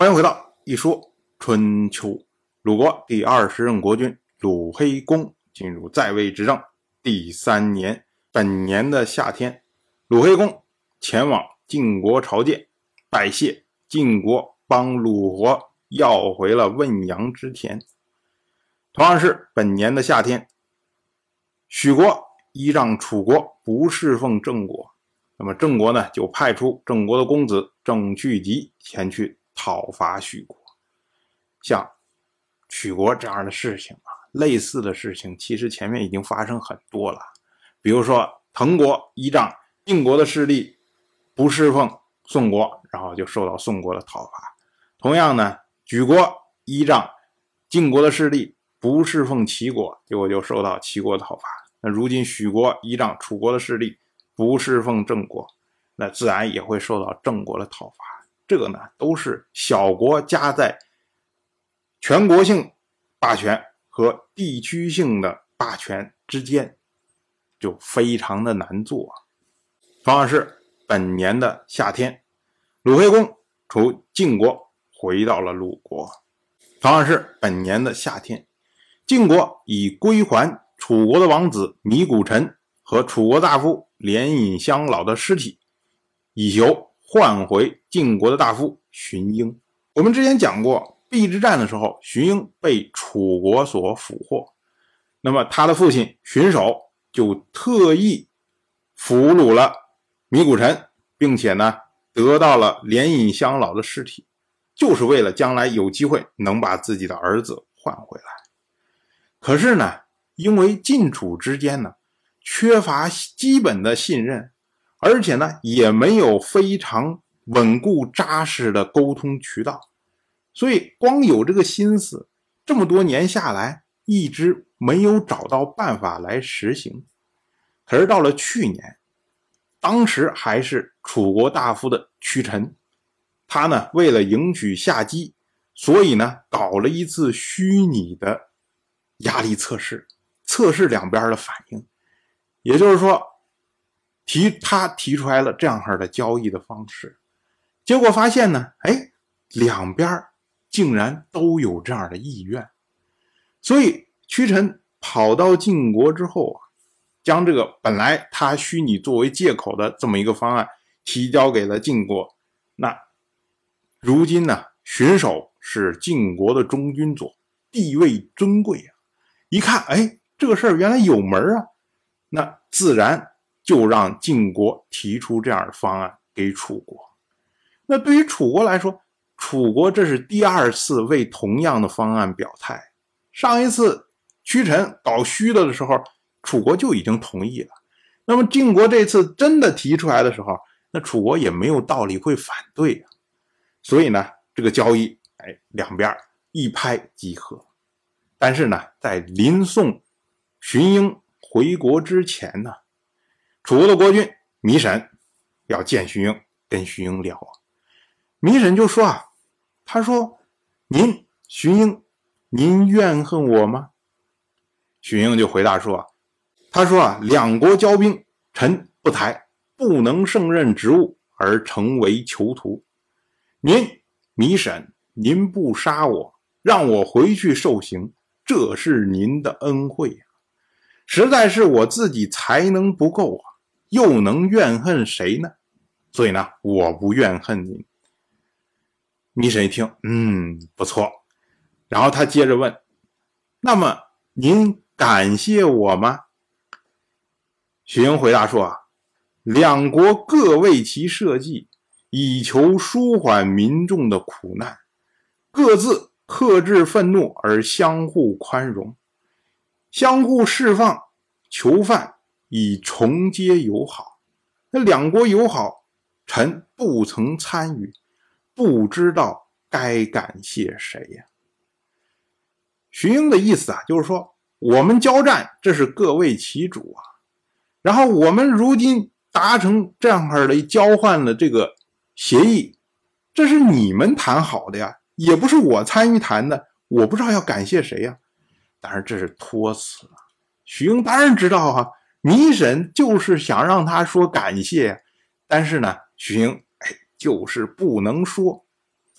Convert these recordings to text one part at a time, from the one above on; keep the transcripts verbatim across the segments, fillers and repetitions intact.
欢迎回到一说春秋。鲁国第二十任国君鲁黑公进入在位执政第三年，本年的夏天，鲁黑公前往晋国朝见，拜谢晋国帮鲁国要回了汶阳之田。同样是本年的夏天，许国依仗楚国不侍奉郑国，那么郑国呢就派出郑国的公子郑去疾前去讨伐许国。像许国这样的事情啊，类似的事情其实前面已经发生很多了。比如说滕国依仗晋国的势力不侍奉宋国，然后就受到宋国的讨伐。同样呢，莒国依仗晋国的势力不侍奉齐国，结果就受到齐国的讨伐。那如今许国依仗楚国的势力不侍奉郑国，那自然也会受到郑国的讨伐。这个呢都是小国夹在全国性霸权和地区性的霸权之间，就非常的难做。同样是本年的夏天，鲁黑公从晋国回到了鲁国。同样是本年的夏天，晋国以归还楚国的王子米谷陈和楚国大夫连尹乡老的尸体，以求换回晋国的大夫荀婴。我们之前讲过，邲之战的时候，荀婴被楚国所俘获，那么他的父亲荀守就特意俘虏了米谷陈，并且呢得到了连尹乡老的尸体，就是为了将来有机会能把自己的儿子换回来。可是呢，因为晋楚之间呢缺乏基本的信任，而且呢也没有非常稳固扎实的沟通渠道，所以光有这个心思，这么多年下来一直没有找到办法来实行。可是到了去年，当时还是楚国大夫的屈臣，他呢为了迎娶夏姬，所以呢搞了一次虚拟的压力测试，测试两边的反应。也就是说提他提出来了这样的交易的方式，结果发现呢，哎，两边竟然都有这样的意愿。所以屈臣跑到晋国之后啊，将这个本来他虚拟作为借口的这么一个方案提交给了晋国。那如今呢，荀守是晋国的中军佐，地位尊贵啊，一看哎，这个事儿原来有门啊，那自然就让晋国提出这样的方案给楚国。那对于楚国来说，楚国这是第二次为同样的方案表态。上一次屈臣搞虚的的时候，楚国就已经同意了。那么晋国这次真的提出来的时候，那楚国也没有道理会反对啊。所以呢，这个交易哎，两边一拍即合。但是呢，在临送荀婴回国之前呢，楚国的国君糜沈要见荀婴，跟荀婴聊啊。糜沈就说啊，他说您荀婴，您怨恨我吗？荀婴就回答说啊，他说啊，两国交兵，臣不才，不能胜任职务而成为囚徒。您糜沈，您不杀我，让我回去受刑，这是您的恩惠啊。实在是我自己才能不够啊，又能怨恨谁呢？所以呢，我不怨恨您。糜沈一听，嗯，不错。然后他接着问，那么您感谢我吗？荀婴回答说啊，两国各为其社稷，以求舒缓民众的苦难，各自克制愤怒而相互宽容，相互释放囚犯，以重结友好。那两国友好，臣不曾参与，不知道该感谢谁呀。荀婴的意思啊，就是说我们交战这是各为其主啊，然后我们如今达成这样的交换了这个协议，这是你们谈好的呀，也不是我参与谈的，我不知道要感谢谁呀。当然这是托词啊。荀婴当然知道啊，糜沈就是想让他说感谢，但是呢，荀婴哎就是不能说。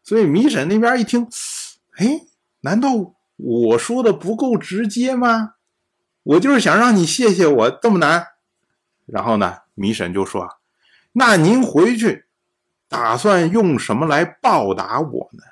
所以糜沈那边一听，哎，难道我说的不够直接吗？我就是想让你谢谢我，这么难？然后呢，糜沈就说，那您回去打算用什么来报答我呢？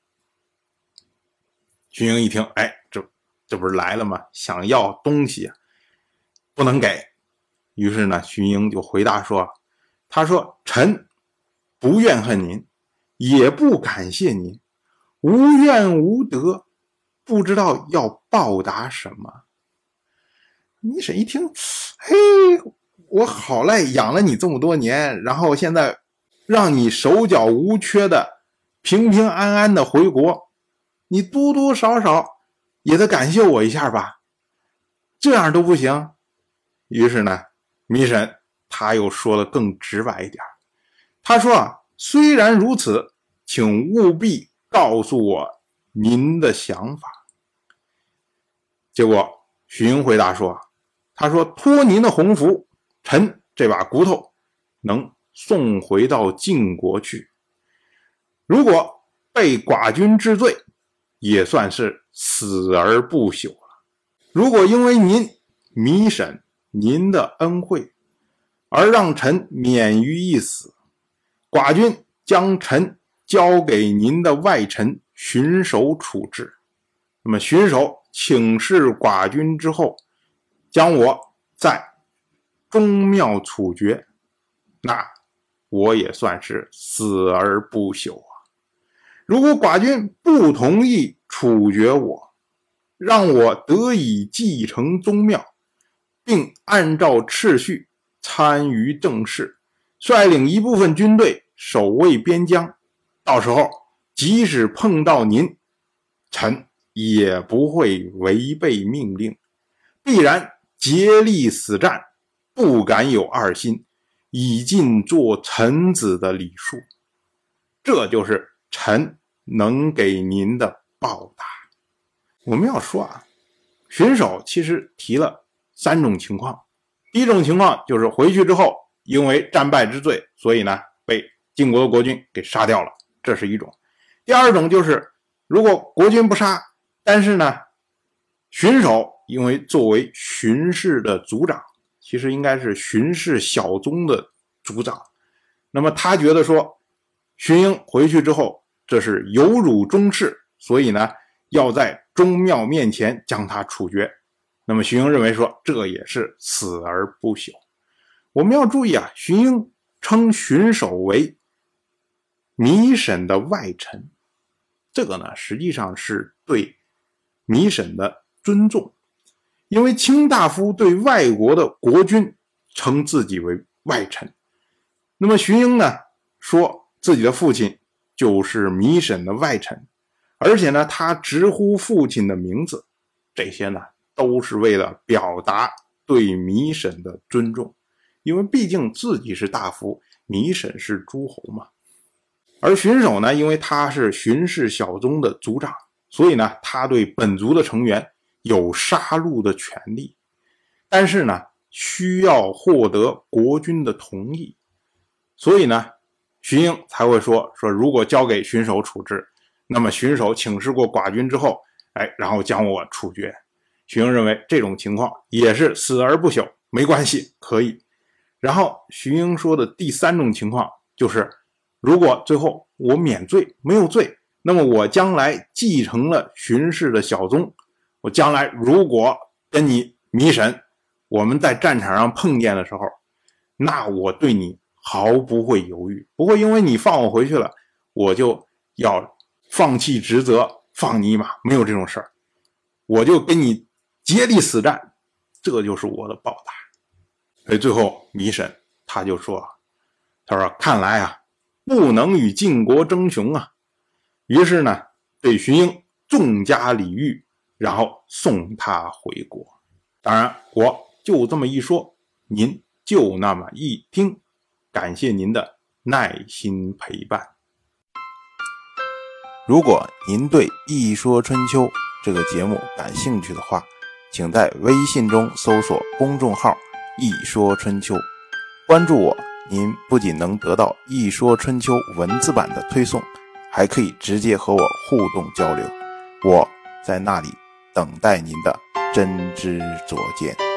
荀英一听，哎，这这不是来了吗？想要东西啊，不能给。于是呢，荀英就回答说，他说，臣不怨恨您，也不感谢您，无怨无德，不知道要报答什么。糜沈一听，嘿，我好赖养了你这么多年，然后现在让你手脚无缺的平平安安的回国，你多多少少也得感谢我一下吧，这样都不行。于是呢，糜沈他又说的更直白一点，他说啊，虽然如此，请务必告诉我您的想法。结果荀英回答说，他说，托您的鸿福，臣这把骨头能送回到晋国去，如果被寡君治罪，也算是死而不朽了。如果因为您糜沈您的恩惠而让臣免于一死，寡君将臣交给您的外臣荀守处置，那么荀守请示寡君之后，将我在宗庙处决，那我也算是死而不朽啊。如果寡君不同意处决我，让我得以继承宗庙，并按照次序参与政事，率领一部分军队守卫边疆，到时候即使碰到您，臣也不会违背命令，必然竭力死战，不敢有二心，以尽做臣子的礼数。这就是臣能给您的报答。我们要说啊，荀守其实提了三种情况。第一种情况就是回去之后，因为战败之罪，所以呢被晋国的国君给杀掉了，这是一种。第二种就是如果国君不杀，但是呢荀守因为作为荀氏的族长，其实应该是荀氏小宗的族长，那么他觉得说荀英回去之后这是有辱宗室，所以呢要在宗庙面前将他处决。那么荀英认为说这也是死而不朽。我们要注意啊，荀英称荀守为糜沈的外臣，这个呢实际上是对糜沈的尊重，因为卿大夫对外国的国君称自己为外臣，那么荀英呢说自己的父亲就是糜沈的外臣，而且呢他直呼父亲的名字，这些呢都是为了表达对糜沈的尊重，因为毕竟自己是大夫，糜沈是诸侯嘛。而荀守呢，因为他是荀氏小宗的族长，所以呢他对本族的成员有杀戮的权利，但是呢需要获得国君的同意，所以呢荀英才会说说如果交给荀守处置，那么荀守请示过寡君之后，哎，然后将我处决。荀英认为这种情况也是死而不朽，没关系，可以。然后荀英说的第三种情况就是如果最后我免罪没有罪，那么我将来继承了荀氏的小宗，我将来如果跟你糜沈我们在战场上碰见的时候，那我对你毫不会犹豫，不会因为你放我回去了我就要放弃职责放你一马，没有这种事儿，我就跟你竭力死战，这就是我的报答。所以最后糜沈他就说他说看来啊不能与晋国争雄啊，于是呢对荀英重加礼遇，然后送他回国。当然我就这么一说，您就那么一听，感谢您的耐心陪伴。如果您对《一说春秋》这个节目感兴趣的话，请在微信中搜索公众号“一说春秋”，关注我，您不仅能得到《一说春秋》文字版的推送， 还可以直接和我互动交流，我在那里等待您的真知灼见。